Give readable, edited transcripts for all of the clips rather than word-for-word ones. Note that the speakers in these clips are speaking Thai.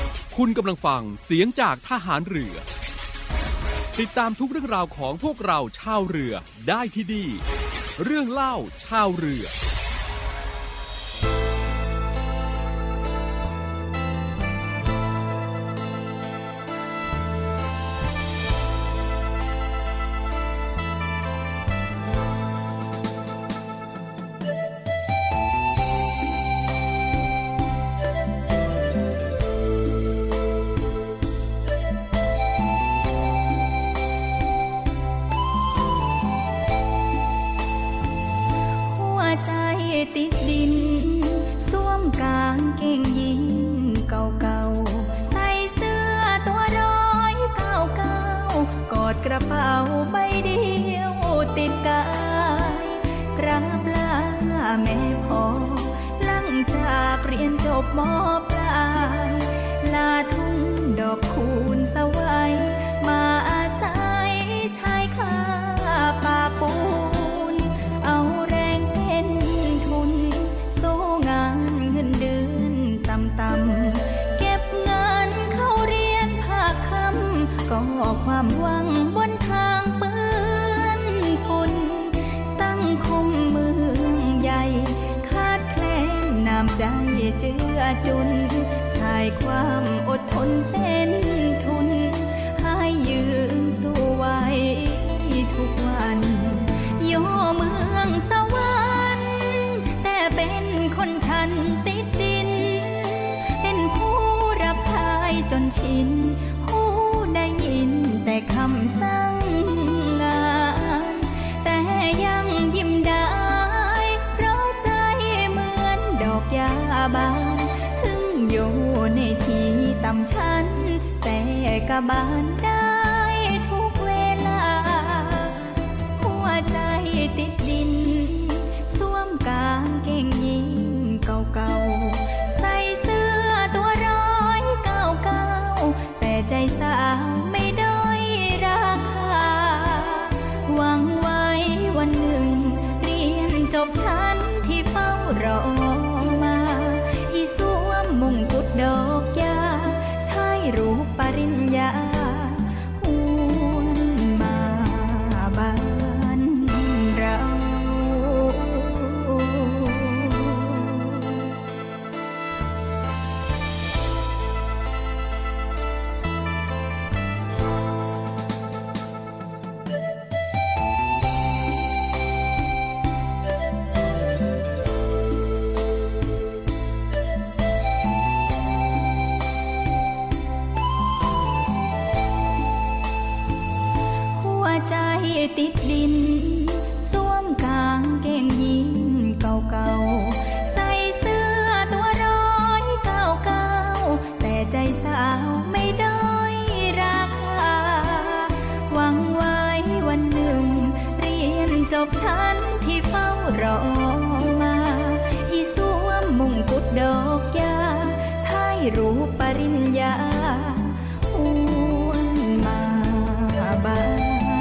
คุณกำลังฟังเสียงจากทหารเรือติดตามทุกเรื่องราวของพวกเราชาวเรือได้ที่นี่เรื่องเล่าชาวเรือติดดินสวมกางเกงยีนเก่าๆใส่เสื้อตัว199กอดกระเป๋าใบเดียวติดกายกราบลาแม่พ่อหลังจากเรียนจบม.ปลายลาทุ่งดอกคูณสวัยมาอาศัยชายคาป่าปูนเอาแรงเป็นทุนสู้งานเงินเดือนต่ำๆเก็บเงินเข้าเรียนภาคค่ำก็ความหวังบนทางเปื้อนฝุ่นสังคมเมืองใหญ่ขาดแคลนน้ำใจเจือจุนชายความอดทนเป็นทุนให้ยืนสู้ไว้ทุกวันย่อเมืองสวรรค์แต่เป็นคนชันติดดินเป็นผู้รับใช้จนชินผู้ได้ยินแต่คำสั่งงานแต่ยังยิ้มได้เพราะใจเหมือนดอกยาบานถึงอยู่ในที่ต่ำชั้นแต่กะบานได้ทุกเวลาหัวใจติดดินสวมกางเกงยีนเก่าๆใส่เสื้อตัว199แต่ใจสาวไม่ด้อยราคาหวังไว้วันหนึ่งเรียนจบชั้นที่เฝ้ารอมาอีสวมมงกุฎดอกยาถ่ายรูปปริญญาหวนมาบ้านเรา ติดดินสวมกางเกงยีนเก่าๆใส่เสื้อตัว199แต่ใจสาวไม่ด้อยราคาหวังไว้วันหนึ่งเรียนจบชั้นที่เฝ้ารอมาอีสวมมงกุฎดอกยาถ่ายรูปปริญญาหวนมาบ้าน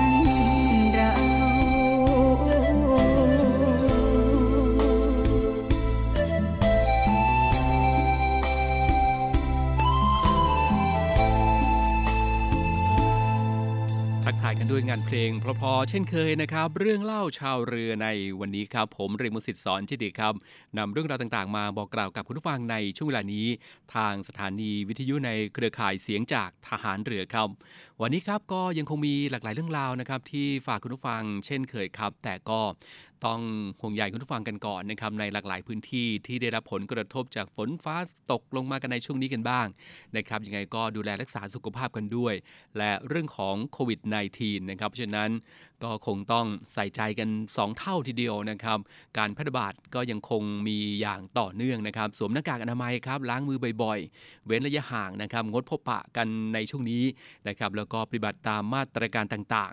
ทักทายกันด้วยงานเพลงเพราะๆเช่นเคยนะครับเรื่องเล่าชาวเรือในวันนี้ครับผมเรมุสิตสอนจิตดีครับนำเรื่องราวต่างๆมาบอกกล่าวกับคุณผู้ฟังในช่วงเวลานี้ทางสถานีวิทยุในเครือข่ายเสียงจากทหารเรือครับวันนี้ครับก็ยังคงมีหลากหลายเรื่องราวนะครับที่ฝากคุณผู้ฟังเช่นเคยครับแต่ก็ต้องห่วงใยคุณผู้ฟังกันก่อนนะครับในหลากหลายพื้นที่ที่ได้รับผลกระทบจากฝนฟ้าตกลงมากันในช่วงนี้กันบ้างนะครับยังไงก็ดูแลรักษาสุขภาพกันด้วยและเรื่องของโควิด -19 นะครับเพราะฉะนั้นก็คงต้องใส่ใจกัน2เท่าทีเดียวนะครับการแพร่ระบาดก็ยังคงมีอย่างต่อเนื่องนะครับสวมหน้ากากอนามัยครับล้างมือบ่อยๆเว้นระยะห่างนะครับงดพบปะกันในช่วงนี้นะครับแล้วก็ปฏิบัติตามมาตรการต่างๆ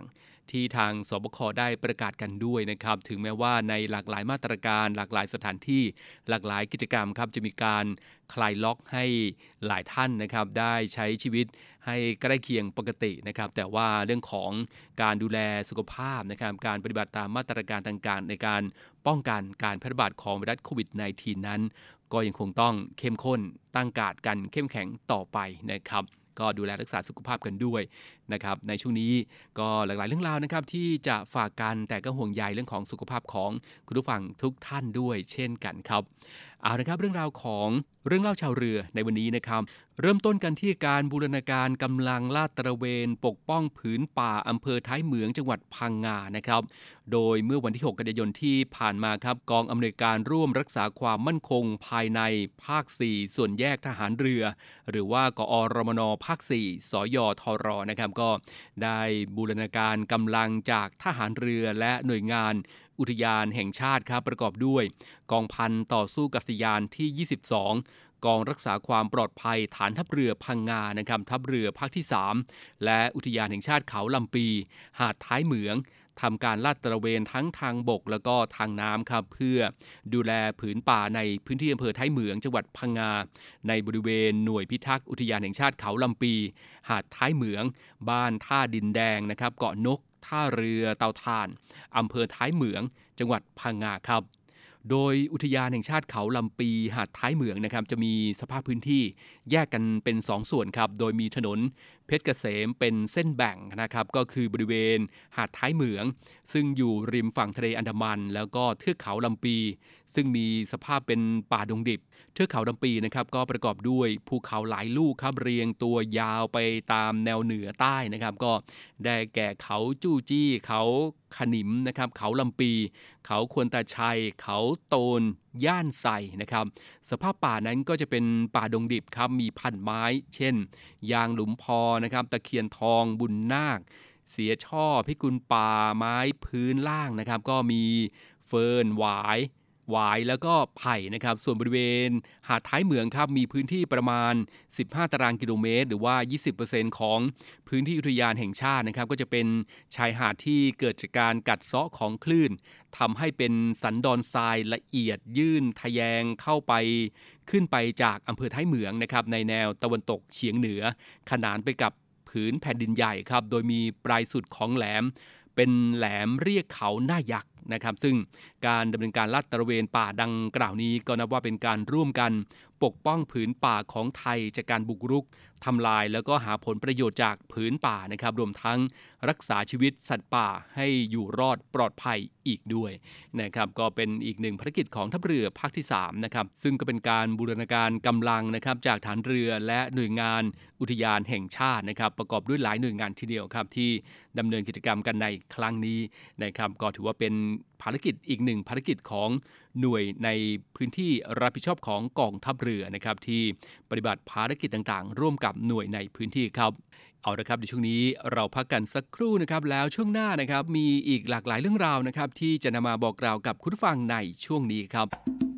ที่ทางสบคได้ประกาศกันด้วยนะครับถึงแม้ว่าในหลากหลายมาตรการหลากหลายสถานที่หลากหลายกิจกรรมครับจะมีการคลายล็อกให้หลายท่านนะครับได้ใช้ชีวิตให้ใกล้เคียงปกตินะครับแต่ว่าเรื่องของการดูแลสุขภาพนะครับการปฏิบัติตามมาตรการต่างๆในการป้องกันการแพร่ระบาดของไวรัสโควิด -19 นั้นก็ยังคงต้องเข้มข้นตั้งการ์ดกันเข้มแข็งต่อไปนะครับก็ดูแลรักษาสุขภาพกันด้วยนะครับในช่วงนี้ก็หลากหลายเรื่องราวนะครับที่จะฝากกันแต่ก็ห่วงใยเรื่องของสุขภาพของคุณผู้ฟังทุกท่านด้วยเช่นกันครับเอาละครับเรื่องราวของเรื่องเล่าชาวเรือในวันนี้นะครับเริ่มต้นกันที่การบูรณาการกำลังลาดตระเวนปกป้องผืนป่าอำเภอท้ายเหมืองจังหวัดพังงานะครับโดยเมื่อวันที่6กันยายนที่ผ่านมาครับกองอำนวยการร่วมรักษาความมั่นคงภายในภาค4ส่วนแยกทหารเรือหรือว่ากอรมนภาค4สยทรนะครับก็ได้บูรณาการกำลังจากทหารเรือและหน่วยงานอุทยานแห่งชาติครับประกอบด้วยกองพันต่อสู้กัษยานที่22กองรักษาความปลอดภัยฐานทัพเรือพังงานะครับทัพเรือภาคที่3และอุทยานแห่งชาติเขาลำปีหาดท้ายเหมืองทำการลาดตระเวนทั้งทางบกแล้วก็ทางน้ำครับเพื่อดูแลผืนป่าในพื้นที่อำเภอท้ายเหมืองจังหวัดพังงาในบริเวณหน่วยพิทักษ์อุทยานแห่งชาติเขาลำปีหาดท้ายเหมืองบ้านท่าดินแดงนะครับเกาะนกท่าเรือเตาถ่านอำเภอท้ายเหมืองจังหวัดพังงาครับโดยอุทยานแห่งชาติเขาลำปีหาดท้ายเหมืองนะครับจะมีสภาพพื้นที่แยกกันเป็น2ส่วนครับโดยมีถนนเพชรเกษมเป็นเส้นแบ่งนะครับก็คือบริเวณหาดท้ายเหมืองซึ่งอยู่ริมฝั่งทะเลอันดามันแล้วก็เทือกเขาลำปีซึ่งมีสภาพเป็นป่าดงดิบเทือกเขาลำปีนะครับก็ประกอบด้วยภูเขาหลายลูกครับเรียงตัวยาวไปตามแนวเหนือใต้นะครับก็ได้แก่เขาจู้จี้เขาขนิมนะครับเขาลำปีเขาควนตาชัยเขาโตนย่านไซนะครับสภาพป่านั้นก็จะเป็นป่าดงดิบครับมีพันไม้เช่นยางหลุมพอนะครับตะเคียนทองบุญนาคเสียช่อพิกุลป่าไม้พื้นล่างนะครับก็มีเฟิร์นหวายแล้วก็ไผ่นะครับส่วนบริเวณหาดท้ายเหมืองครับมีพื้นที่ประมาณ15ตารางกิโลเมตรหรือว่า 20% ของพื้นที่อุทยานแห่งชาตินะครับก็จะเป็นชายหาดที่เกิดจากการกัดเซาะของคลื่นทำให้เป็นสันดอนทรายละเอียดยื่นทะแยงเข้าไปขึ้นไปจากอำเภอท้ายเหมืองนะครับในแนวตะวันตกเฉียงเหนือขนานไปกับผืนแผ่นดินใหญ่ครับโดยมีปลายสุดของแหลมเป็นแหลมเรียกเขาหน้ายักษ์นะครับซึ่งการดำเนินการลาดตระเวนป่าดังกล่าวนี้ก็นับว่าเป็นการร่วมกันปกป้องผืนป่าของไทยจากการบุกรุกทำลายแล้วก็หาผลประโยชน์จากผืนป่านะครับรวมทั้งรักษาชีวิตสัตว์ป่าให้อยู่รอดปลอดภัยอีกด้วยนะครับก็เป็นอีกหนึ่งภารกิจของทัพเรือภาคที่3นะครับซึ่งก็เป็นการบูรณาการกำลังนะครับจากฐานเรือและหน่วยงานอุทยานแห่งชาตินะครับประกอบด้วยหลายหน่วยงานทีเดียวครับที่ดำเนินกิจกรรมกันในครั้งนี้นะครับก็ถือว่าเป็นภารกิจอีกหนึ่งภารกิจของหน่วยในพื้นที่รับผิดชอบของกองทัพเรือนะครับที่ปฏิบัติภารกิจต่างๆร่วมกับหน่วยในพื้นที่ครับเอาละครับในช่วงนี้เราพักกันสักครู่นะครับแล้วช่วงหน้านะครับมีอีกหลากหลายเรื่องราวนะครับที่จะนำมาบอกกล่าวกับคุณผู้ฟังในช่วงนี้ครับ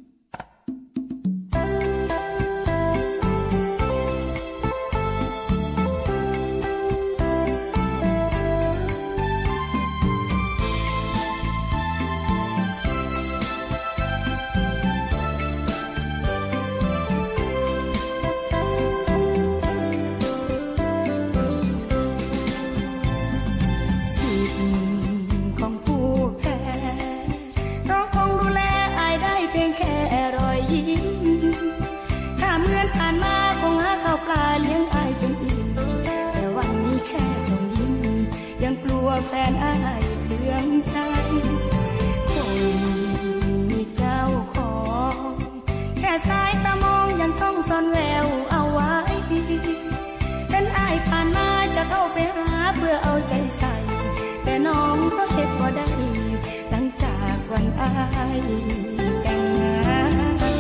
แฟนอ้ายเคืองใจคนมีเจ้าของแค่สายตามองยังต้องซ่อนแววเอาไว้เป็นอ้ายผ่านมาจะเข้าไปหาเพื่อเอาใจใส่แต่น้องก็เฮ็ดบ่ได้หลังจากวันอ้ายแต่งงาน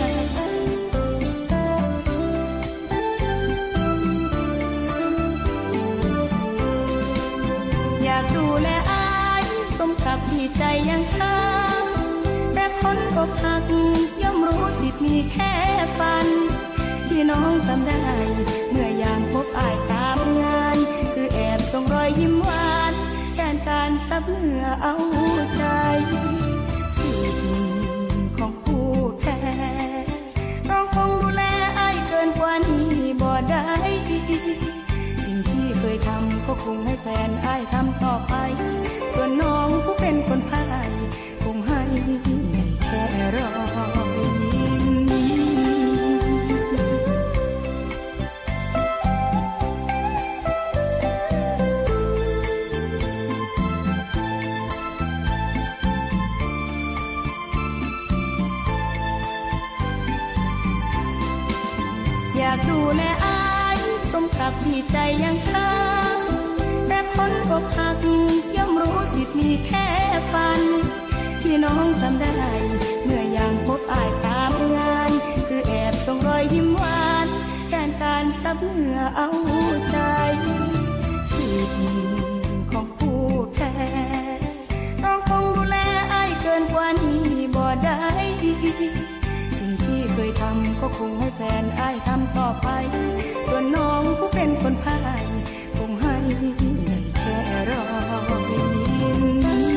อยากดูแลอ้ายสมกับที่ใจยังช้าแต่คนอกหักย่อมรู้สิทธิ์มีแค่ฝันที่น้องทำได้เมื่อยามพบอ้ายตามงานคือแอบส่งรอยยิ้มหวานแทนการสะเอาใจสิทธิ์ของผู้แพ้ต้องคงดูแลอ้ายเกินกว่านี้บ่ได้สิ่งที่เคยทำก็คงให้แฟนอ้ายทำต่อไปส่วนน้องผู้เป็นคนพ่ายคงให้แค่รอยยิ้มอยากดูแลอ้ายสมกับที่ใจยังช้าแต่คนอกหักย่อมรู้สิทธิ์มีแค่ฝันที่น้องทำได้เมื่อยามพบอ้ายตามงานคือแอบส่งรอยยิ้มหวานแทนการซับเหงื่อเอาใจสิทธิ์ของผู้แพ้ต้องคงดูแลอ้ายเกินกว่านี้บ่ได้สิ่งที่เคยทำก็คงให้แฟนอ้ายทำต่อไปส่วนน้องผู้เป็นคนพ่ายคงให้แค่รอยยิ้ม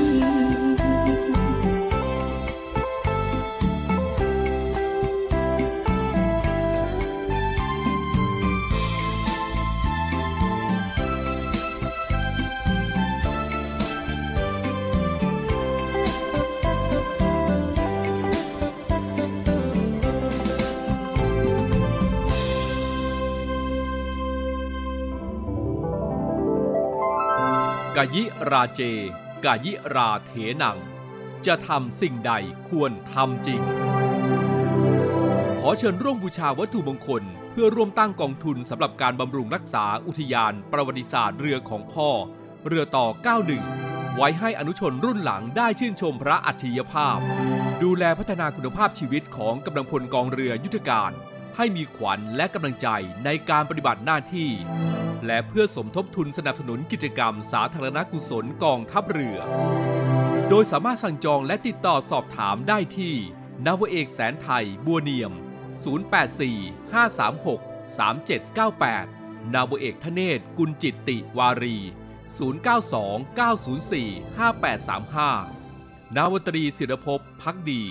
กายิราเจกายิราเถนังจะทำสิ่งใดควรทำจริงขอเชิญร่วมบูชาวัตถุมงคลเพื่อร่วมตั้งกองทุนสำหรับการบำรุงรักษาอุทยานประวัติศาสตร์เรือของพ่อเรือต่อ 91 ไว้ให้อนุชนรุ่นหลังได้ชื่นชมพระอัจฉริยภาพดูแลพัฒนาคุณภาพชีวิตของกำลังพลกองเรือยุทธการให้มีขวัญและกำลังใจในการปฏิบัติหน้าที่และเพื่อสมทบทุนสนับสนุนกิจกรรมสาธารณกุศลกองทัพเรือโดยสามารถสั่งจองและติดต่อสอบถามได้ที่นาวาเอกแสนไทยบัวเนียม0845363798นาวาเอกธเนศกุลจิตติวารี0929045835นาวาตรีศิรภพภักดี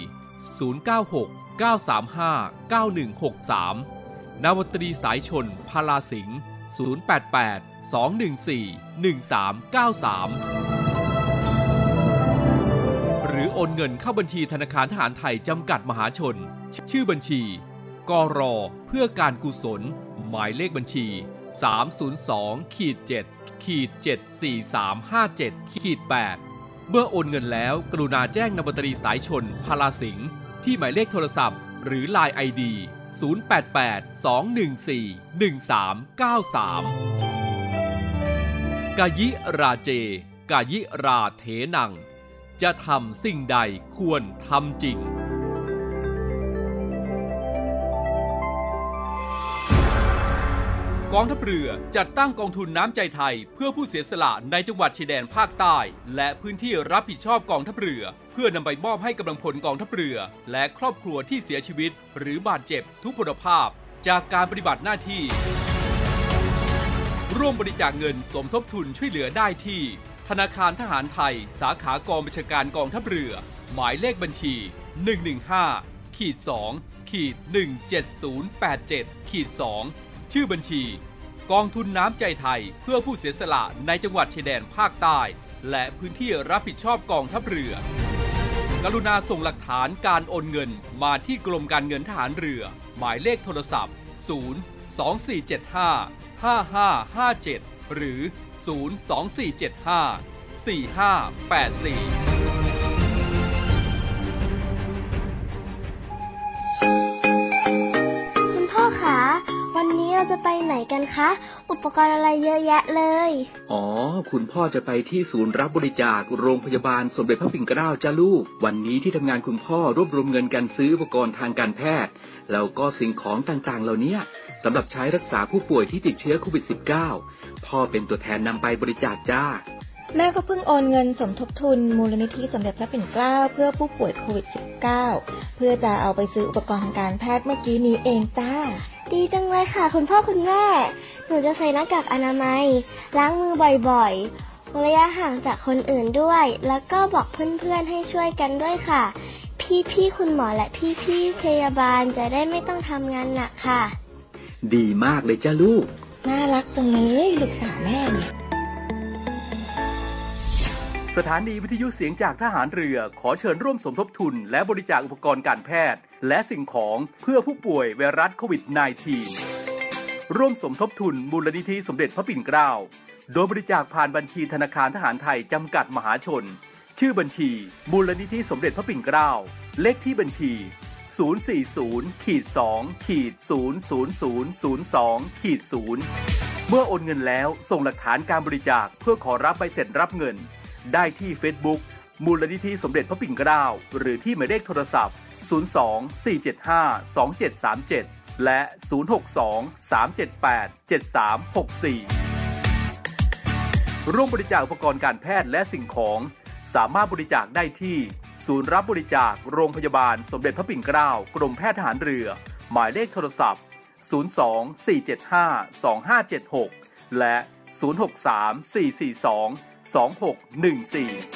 0969359163นาวาตรีสายชนพาลาสิงห์0882141393หรือโอนเงินเข้าบัญชีธนาคารทหารไทยจำกัดมหาชนชื่อบัญชีกรเพื่อการกุศลหมายเลขบัญชี302-7-74357-8เมื่อโอนเงินแล้วกรุณาแจ้งนาวาตรีสายชนพาลาสิงห์ที่หมายเลขโทรศัพท์หรือ LINE ID 0882141393กายิราเจกายิราเถนังจะทำสิ่งใดควรทำจริงกองทัพเรือจัดตั้งกองทุนน้ำใจไทยเพื่อผู้เสียสละในจังหวัดชายแดนภาคใต้และพื้นที่รับผิดชอบกองทัพเรือเพื่อนำไปมอบให้กำลังพลกองทัพเรือและครอบครัวที่เสียชีวิตหรือบาดเจ็บทุพพลภาพจากการปฏิบัติหน้าที่ร่วมบริจาคเงินสมทบทุนช่วยเหลือได้ที่ธนาคารทหารไทยสาขากองบัญชาการกองทัพเรือหมายเลขบัญชี 115-2-17087-2ชื่อบัญชีกองทุนน้ำใจไทยเพื่อผู้เสียสละในจังหวัดชายแดนภาคใต้และพื้นที่รับผิดชอบกองทัพเรือกรุณาส่งหลักฐานการโอนเงินมาที่กรมการเงินทหารเรือหมายเลขโทรศัพท์024755557หรือ024754584 วันนี้เราจะไปไหนกันคะ อุปกรณ์อะไรเยอะแยะเลยอ๋อคุณพ่อจะไปที่ศูนย์รับบริจาคโรงพยาบาลสมเด็จพระปิ่นเกล้าจ้าลูกวันนี้ที่ทำงานคุณพ่อรวบรวมเงินกันซื้ออุปกรณ์ทางการแพทย์แล้วก็สิ่งของต่างๆเหล่านี้สำหรับใช้รักษาผู้ป่วยที่ติดเชื้อโควิด -19 พ่อเป็นตัวแทนนำไปบริจาคจ้าแม่ก็เพิ่งโอนเงินสมทบทุนมูลนิธิสมเด็จพระปิ่นเกล้าเพื่อผู้ป่วยโควิด -19 เพื่อจะเอาไปซื้ออุปกรณ์ทางการแพทย์เมื่อกี้นี้เองจ้าดีจังเลยค่ะคุณพ่อคุณแม่หนูจะใส่หน้ากากอนามัยล้างมือบ่อยๆระยะห่างจากคนอื่นด้วยแล้วก็บอกเพื่อนๆให้ช่วยกันด้วยค่ะพี่ๆคุณหมอและพี่ๆพยาบาลจะได้ไม่ต้องทำงานหนักค่ะดีมากเลยจ้าลูกน่ารักจังเลยลูกสาวแม่เนี่ยสถานีวิทยุเสียงจากทหารเรือขอเชิญร่วมสมทบทุนและบริจาคอุปกรณ์การแพทย์และสิ่งของเพื่อผู้ป่วยไวรัสโควิด -19 ร่วมสมทบทุนมูลนิธิสมเด็จพระปิ่นเกล้าโดยบริจาคผ่านบัญชีธนาคารทหารไทยจำกัดมหาชนชื่อบัญชีมูลนิธิสมเด็จพระปิ่นเกล้าเลขที่บัญชี 040-2-00002-0 เมื่อโอนเงินแล้วส่งหลักฐานการบริจาคเพื่อขอรับใบเสร็จรับเงินได้ที่ Facebook มูลนิธิสมเด็จพระปิ่นเกล้าหรือที่หมายเลขโทรศัพท์ 02-475-2737 และ 062-378-7364 ร่วมบริจาคอุปกรณ์การแพทย์และสิ่งของสามารถบริจาคได้ที่ศูนย์รับบริจาคโรงพยาบาลสมเด็จพระปิ่นเกล้ากรมแพทย์ทหารเรือหมายเลขโทรศัพท์ 024752576 และ 063-442-2614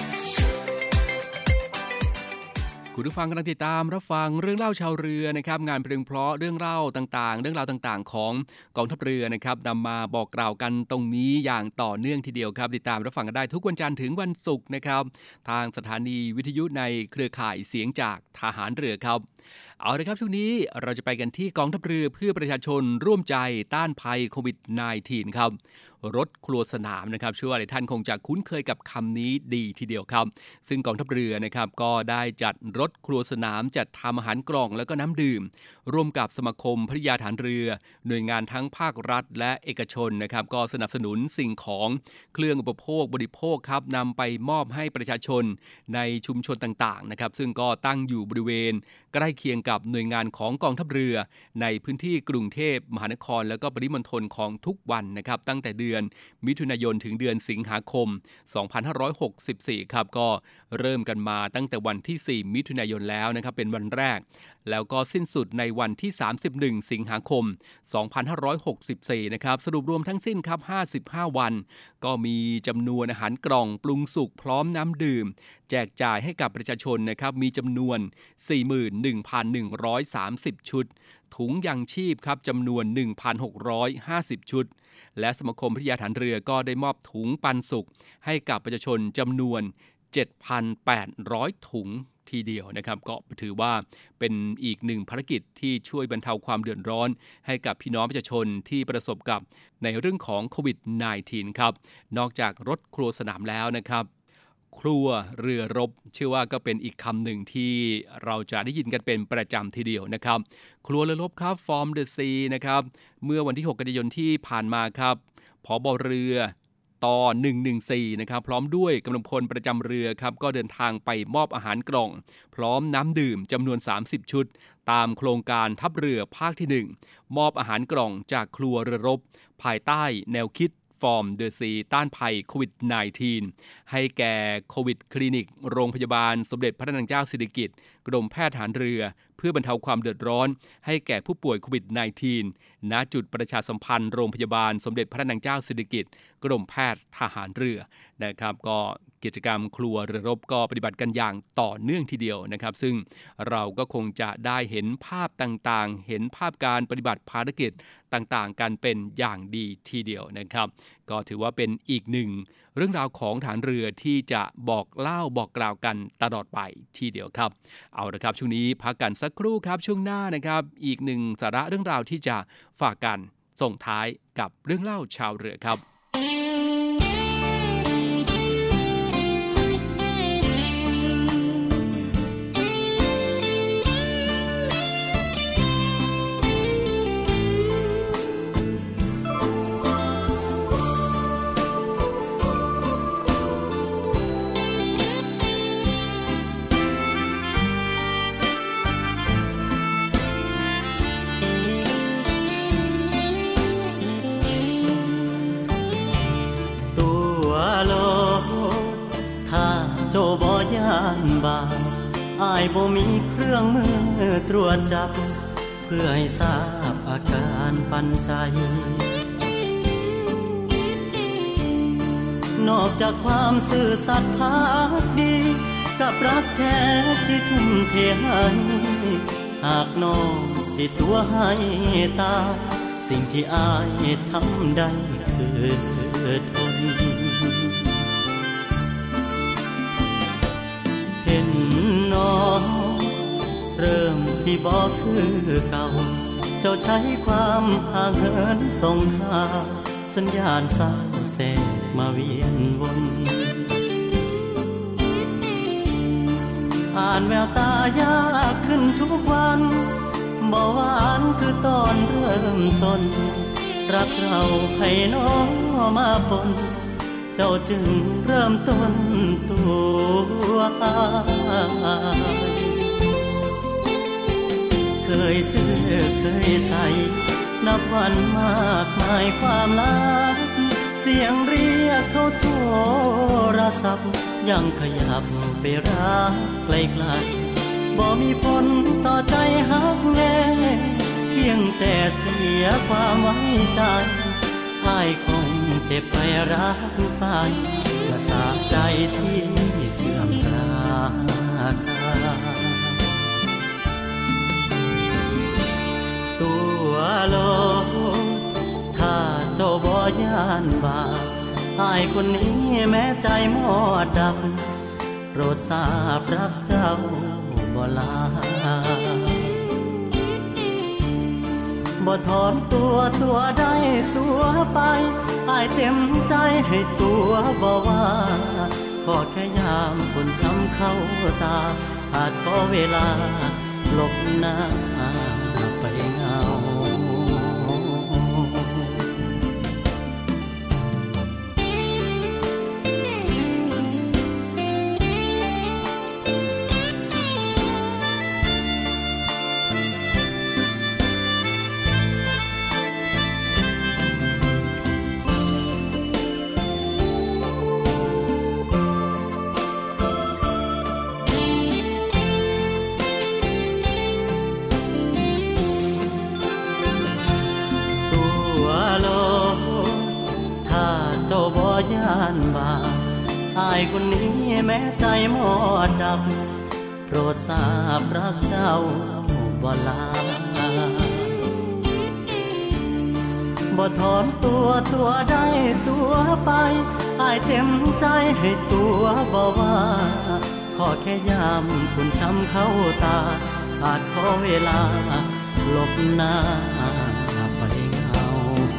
คุณผู้ฟังกำลังติดตามรับฟังเรื่องเล่าชาวเรือนะครับงานเพลงเพราะเรื่องเล่าต่างๆเรื่องราวต่างๆของกองทัพเรือนะครับนำมาบอกกล่าวกันตรงนี้อย่างต่อเนื่องทีเดียวครับติดตามรับฟังกันได้ทุกวันจันทร์ถึงวันศุกร์นะครับทางสถานีวิทยุในเครือข่ายเสียงจากทหารเรือครับเอาละครับช่วงนี้เราจะไปกันที่กองทัพเรือเพื่อประชาชนร่วมใจต้านภัยโควิด -19 ครับรถครัวสนามนะครับเชื่อว่าหลายท่านคงจะคุ้นเคยกับคำนี้ดีทีเดียวครับซึ่งกองทัพเรือนะครับก็ได้จัดรถครัวสนามจัดทำอาหารกล่องแล้วก็น้ำดื่มร่วมกับสมาคมภริยาฐานเรือหน่วยงานทั้งภาครัฐและเอกชนนะครับก็สนับสนุนสิ่งของเครื่องอุปโภคบริโภคครับนำไปมอบให้ประชาชนในชุมชนต่างๆนะครับซึ่งก็ตั้งอยู่บริเวณใกล้เคียงกับหน่วยงานของกองทัพเรือในพื้นที่กรุงเทพมหานครแล้วก็ปริมณฑลของทุกวันนะครับตั้งแต่เดือนมิถุนายนถึงเดือนสิงหาคม 2564 ครับก็เริ่มกันมาตั้งแต่วันที่ 4 มิถุนายนแล้วนะครับเป็นวันแรกแล้วก็สิ้นสุดในวันที่ 31 สิงหาคม 2564 นะครับสรุปรวมทั้งสิ้นครับ 55 วันก็มีจำนวนอาหารกล่องปรุงสุกพร้อมน้ำดื่มแจกจ่ายให้กับประชาชนนะครับมีจำนวน 41,130 ชุดถุงยังชีพครับจำนวน 1,650 ชุดและสมาคมภริยาฐานเรือก็ได้มอบถุงปันสุกให้กับประชาชนจำนวน 7,800 ถุงทีเดียวนะครับก็ถือว่าเป็นอีกหนึ่งภารกิจที่ช่วยบรรเทาความเดือดร้อนให้กับพี่น้องประชาชนที่ประสบกับในเรื่องของโควิด -19 ครับนอกจากรถครัวสนามแล้วนะครับครัวเรือรบเชื่อว่าก็เป็นอีกคำหนึ่งที่เราจะได้ยินกันเป็นประจำทีเดียวนะครับครัวเรือรบครับฟอร์มเดอะซีนะครับเมื่อวันที่ 6 กันยายนที่ผ่านมาครับผบ.เรือต่อ114นะครับพร้อมด้วยกำลังพลประจำเรือครับก็เดินทางไปมอบอาหารกล่องพร้อมน้ำดื่มจำนวน30ชุดตามโครงการทัพเรือภาคที่1มอบอาหารกล่องจากครัวเรือรบภายใต้แนวคิดฟอร์มเดอะซีต้านภัยโควิด -19 ให้แก่โควิดคลินิกโรงพยาบาลสมเด็จพระนางเจ้าสิริกิติ์กรมแพทย์ทหารเรือเพื่อบรรเทาความเดือดร้อนให้แก่ผู้ป่วยโควิด -19 ณจุดประชาสัมพันธ์โรงพยาบาลสมเด็จพระนางเจ้าสิริกิติ์กรมแพทย์ทหารเรือนะครับก็กิจกรรมครัวเรือรบก็ปฏิบัติกันอย่างต่อเนื่องทีเดียวนะครับซึ่งเราก็คงจะได้เห็นภาพต่างๆเห็นภาพการปฏิบัติภารกิจต่างๆกันเป็นอย่างดีทีเดียวนะครับก็ถือว่าเป็นอีกหนึ่งเรื่องราวของฐานเรือที่จะบอกเล่าบอกกล่าวกันตลอดไปทีเดียวครับเอาละครับช่วงนี้พักกันสักครู่ครับช่วงหน้านะครับอีกหนึ่งสาระเรื่องราวที่จะฝากกันส่งท้ายกับเรื่องเล่าชาวเรือครับอ้ายบ่มีเครื่องมือตรวจจับเพื่อให้ทราบอาการปันใจนอกจากความซื่อสัตย์ภักดีกับรักแท้ที่ทุ่มเทให้หากน้องสิตัวให้ตาสิ่งที่อายทำได้คือทนเห็นน้องเริ่มสิบอกคือเก่าเจ้าใช้ความห่างเหินส่งข่าวสัญญาณเศร้าแทรกมาเวียนวนอ่านแววตายากขึ้นทุกวันบ่หวานคือตอนเริ่มต้นรักเราให้น้องมาปนเจ้าจึงเริ่มต้นตัวเคยซื้อเคยใส่นับวันมากมายความลับเสียงเรียกเขาโทรศัพท์ยังขยับไปรักไกลๆบ่มีผลต่อใจฮักแน่เพียงแต่เสียความไว้ใจอ้ายคงเจ็บไปรักไปและสาใจที่เสื่อมราคาตัวโลถ้าเจ้าบ่ย่านบาปอ้ายคนนี้แม้ใจหมอดดับโปรดทราบรักเจ้าบ่ลาบ่ถอนตัวได้ตัวไปอ้ายเต็มใจให้ตัวบ่ว่าขอแค่ยามฝนช้ำเข้าตาอาจขอเวลาหลบหน้าไปเงาย่านบาปอ้ายคนนี้แม้ใจหมอดดับโปรดทราบรักเจ้าบ่ลาบ่ถอนตัวได้ตัวไปอ้ายเต็มใจให้ตัวบ่ว่าขอแค่ยามฝุ่นช้ำเข้าตาอาจขอเวลาหลบหน้าไปเงา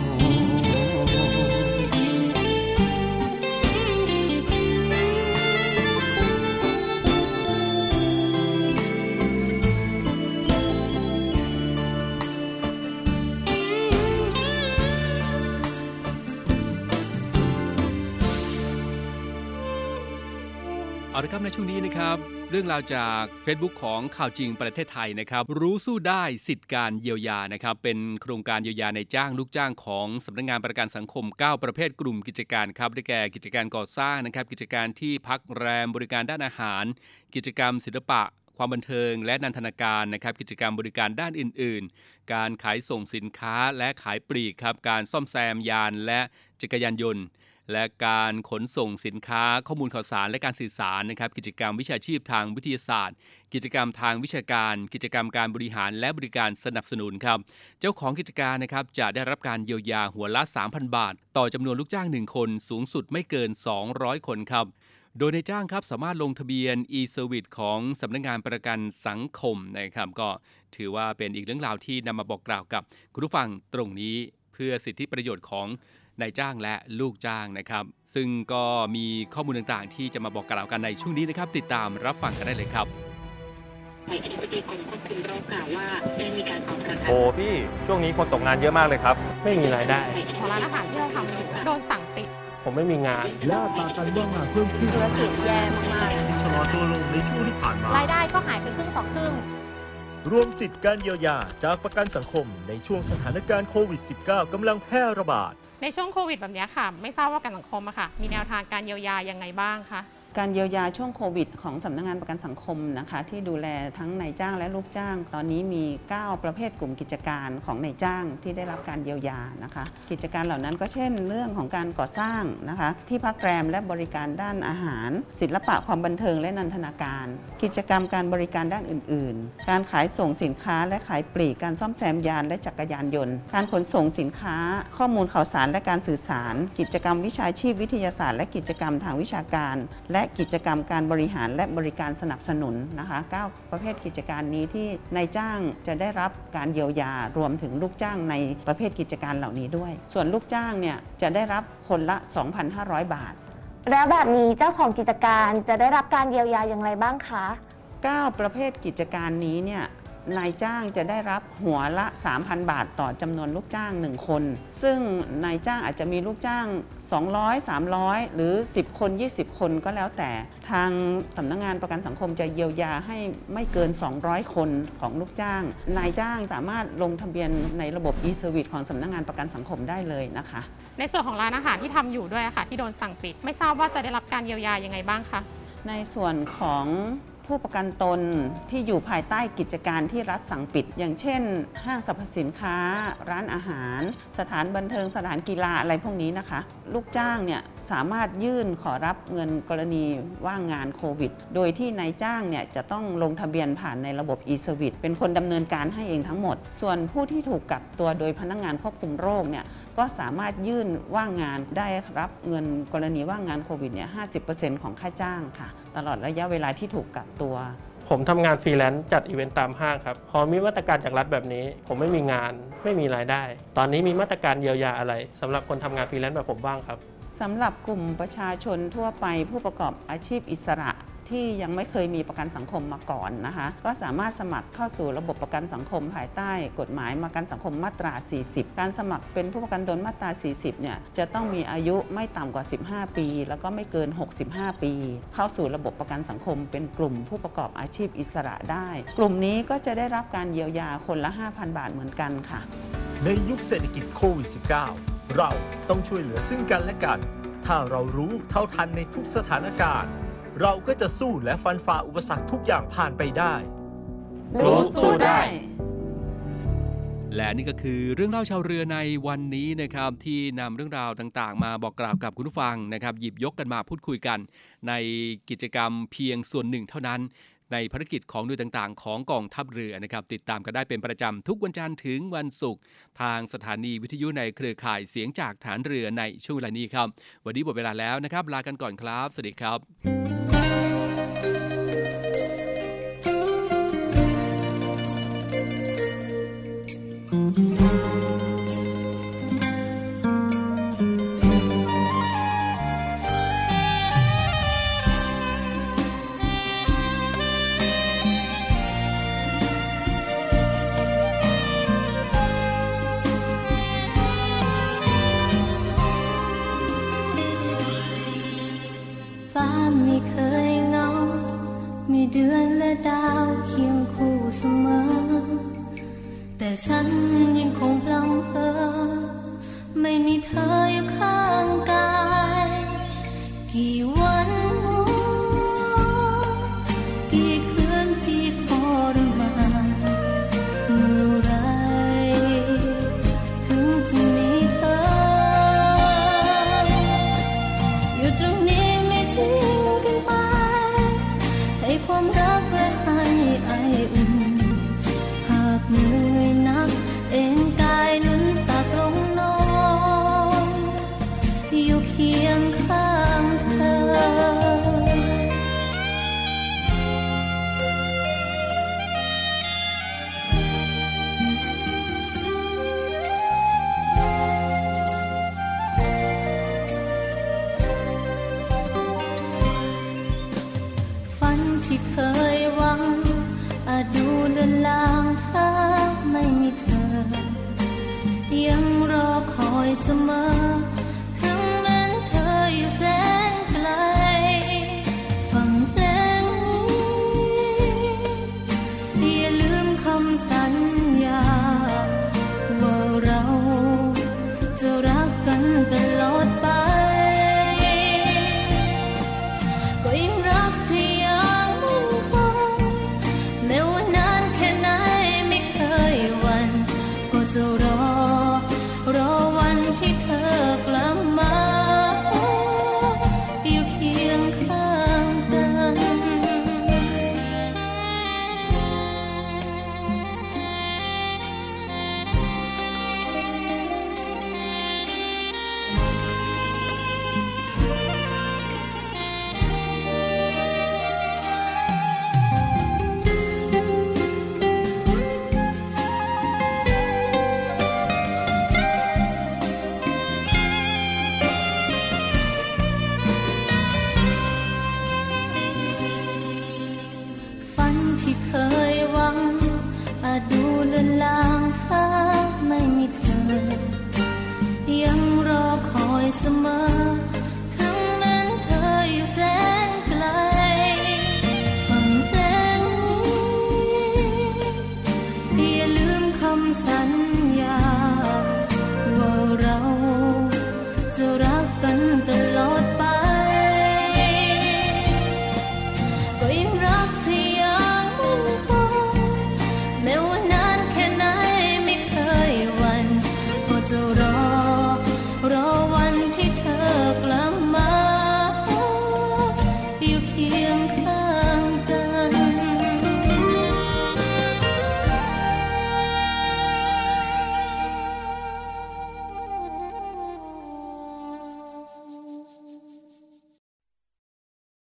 เอาละครับในช่วงนี้นะครับเรื่องราวจาก Facebook ของข่าวจริงประเทศไทยนะครับรู้สู้ได้สิทธิการเยียวยานะครับเป็นโครงการเยียวยาในจ้างลูกจ้างของสำนักงานประกันสังคม9ประเภทกลุ่มกิจการครับได้แก่กิจการก่อสร้างนะครับกิจการที่พักแรมบริการด้านอาหารกิจกรรมศิลปะความบันเทิงและนันทนาการนะครับกิจกรรมบริการด้านอื่นๆการขายส่งสินค้าและขายปลีกครับการซ่อมแซมยานและจักรยานยนต์และการขนส่งสินค้าข้อมูลข่าวสารและการสื่อสารนะครับกิจกรรมวิชาชีพทางวิทยาศาสตร์กิจกรรมทางวิชาการกิจกรรมการบริหารและบริการสนับสนุนครับเจ้าของกิจการนะครับจะได้รับการเยียวยาหัวละ 3,000 บาทต่อจำนวนลูกจ้าง1คนสูงสุดไม่เกิน200คนครับโดยในจ้างครับสามารถลงทะเบียน e-service ของสำนักงานประกันสังคมนะครับก็ถือว่าเป็นอีกเรื่องราวที่นำมาบอกกล่าวกับคุณผู้ฟังตรงนี้เพื่อสิทธิประโยชน์ของนายจ้างและลูกจ้างนะครับซึ่งก็มีข้อมูลต่างๆที่จะมาบอกกล่าวกันในช่วงนี้นะครับติดตามรับฟังกันได้เลยครับอธิบดีกรมควบคุมโรคกล่าวว่าได้มีการออกประกาศโอ้พี่ช่วงนี้คนตกงานเยอะมากเลยครับไม่มีรายได้ของร้านอาหารที่เราทำอยู่โดนสั่งปิดผมไม่มีงานและอัตราการว่างงานเพิ่มขึ้นธุรกิจแย่มากๆชะลอตัวลงในช่วงที่ผ่านมารายได้ก็หายไปครึ่งต่อครึ่งรวมสิทธิการเยียวยาจากประกันสังคมในช่วงสถานการณ์โควิด -19 กำลังแพร่ระบาดในช่วงโควิดแบบนี้ค่ะไม่ทราบว่าประกันสังคมอะค่ะมีแนวทางการเยียวยายังไงบ้างคะการเยียวยาช่วงโควิดของสำนักงานประกันสังคมนะคะที่ดูแลทั้งนายจ้างและลูกจ้างตอนนี้มี9ประเภทกลุ่มกิจการของนายจ้างที่ได้รับการเยียวยานะคะกิจการเหล่านั้นก็เช่นเรื่องของการก่อสร้างนะคะที่พักแรมและบริการด้านอาหารศิลปะความบันเทิงและนันทนาการกิจกรรมการบริการด้านอื่นๆการขายส่งสินค้าและขายปลีกการซ่อมแซมยานและจักรยานยนต์การขนส่งสินค้าข้อมูลข่าวสารและการสื่อสารกิจกรรมวิชาชีพวิทยาศาสตร์และกิจกรรมทางวิชาการและกิจกรรมการบริหารและบริการสนับสนุนนะคะ9ประเภทกิจการนี้ที่นายจ้างจะได้รับการเยียวยารวมถึงลูกจ้างในประเภทกิจการเหล่านี้ด้วยส่วนลูกจ้างเนี่ยจะได้รับคนละ 2,500 บาทแล้วแบบนี้เจ้าของกิจการจะได้รับการเยียวยาอย่างไรบ้างคะ 9ประเภทกิจการนี้เนี่ยนายจ้างจะได้รับหัวละ 3,000 บาทต่อจำนวนลูกจ้าง1คนซึ่งนายจ้างอาจจะมีลูกจ้าง200 300หรือ10คน20คนก็แล้วแต่ทางสำนักงานประกันสังคมจะเยียวยาให้ไม่เกิน200คนของลูกจ้างนายจ้างสามารถลงทะเบียนในระบบ e-service ของสำนักงานประกันสังคมได้เลยนะคะในส่วนของร้านอาหารที่ทำอยู่ด้วยค่ะที่โดนสั่งปิดไม่ทราบว่าจะได้รับการเยียวยายังไงบ้างคะในส่วนของผู้ประกันตนที่อยู่ภายใต้กิจการที่รัฐสั่งปิดอย่างเช่นห้างสรรพสินค้าร้านอาหารสถานบันเทิงสถานกีฬาอะไรพวกนี้นะคะลูกจ้างเนี่ยสามารถยื่นขอรับเงินกรณีว่างงานโควิดโดยที่นายจ้างเนี่ยจะต้องลงทะเบียนผ่านในระบบ e-service เป็นคนดำเนินการให้เองทั้งหมดส่วนผู้ที่ถูกกักตัวโดยพนักงานควบคุมโรคเนี่ยก็สามารถยื่นว่างงานได้รับเงินกรณีว่างงานโควิดเนี่ย 50% ของค่าจ้างค่ะตลอดระยะเวลาที่ถูกกักตัวผมทำงานฟรีแลนซ์จัดอีเวนต์ตามห้างครับพอมีมาตรการจากรัฐแบบนี้ผมไม่มีงานไม่มีรายได้ตอนนี้มีมาตรการเยียวยาอะไรสำหรับคนทำงานฟรีแลนซ์แบบผมบ้างครับสำหรับกลุ่มประชาชนทั่วไปผู้ประกอบอาชีพอิสระที่ยังไม่เคยมีประกันสังคมมาก่อนนะคะก็สามารถสมัครเข้าสู่ระบบประกันสังคมภายใต้กฎหมายประกันสังคมมาตรา 40 การสมัครเป็นผู้ประกันตนมาตรา 40 เนี่ยจะต้องมีอายุไม่ต่ำกว่า 15 ปีแล้วก็ไม่เกิน 65 ปีเข้าสู่ระบบประกันสังคมเป็นกลุ่มผู้ประกอบอาชีพอิสระได้กลุ่มนี้ก็จะได้รับการเยียวยาคนละ 5,000 บาทเหมือนกันค่ะในยุคเศรษฐกิจโควิด -19 เราต้องช่วยเหลือซึ่งกันและกันถ้าเรารู้เท่าทันในทุกสถานการณ์เราก็จะสู้และฟันฝ่าอุปสรรคทุกอย่างผ่านไปได้รู้สู้ได้และนี่ก็คือเรื่องเล่าชาวเรือในวันนี้นะครับที่นำเรื่องราวต่างๆมาบอกกล่าวกับคุณผู้ฟังนะครับหยิบยกกันมาพูดคุยกันในกิจกรรมเพียงส่วนหนึ่งเท่านั้นในภารกิจของหน่วยต่างๆของกองทัพเรือนะครับติดตามกันได้เป็นประจำทุกวันจันทร์ถึงวันศุกร์ทางสถานีวิทยุในเครือข่ายเสียงจากฐานเรือในช่วงเวลานี้ครับวันนี้หมดเวลาแล้วนะครับลากันก่อนครับสวัสดีครับไม่เคยเหงามีเดือนและดาวเคียงคู่เสมอแต่ฉันยังคงพลังเพ้อไม่มีเธออยู่ข้างกายกี่วันกี่คืนที่ทรมานเมื่อไรถึงจะมีเธออยู่ตรงนี้ไม่ทิ้งกันไปให้ความรักและให้ไออุ่นหากเหนื่อยนักเอ็นกายนั้นตักลงนอนอยู่เคียงข้างเธอที่เคยหวังอาจดูเลือนลางถ้าไม่มีเธอยังรอคอยเสมอ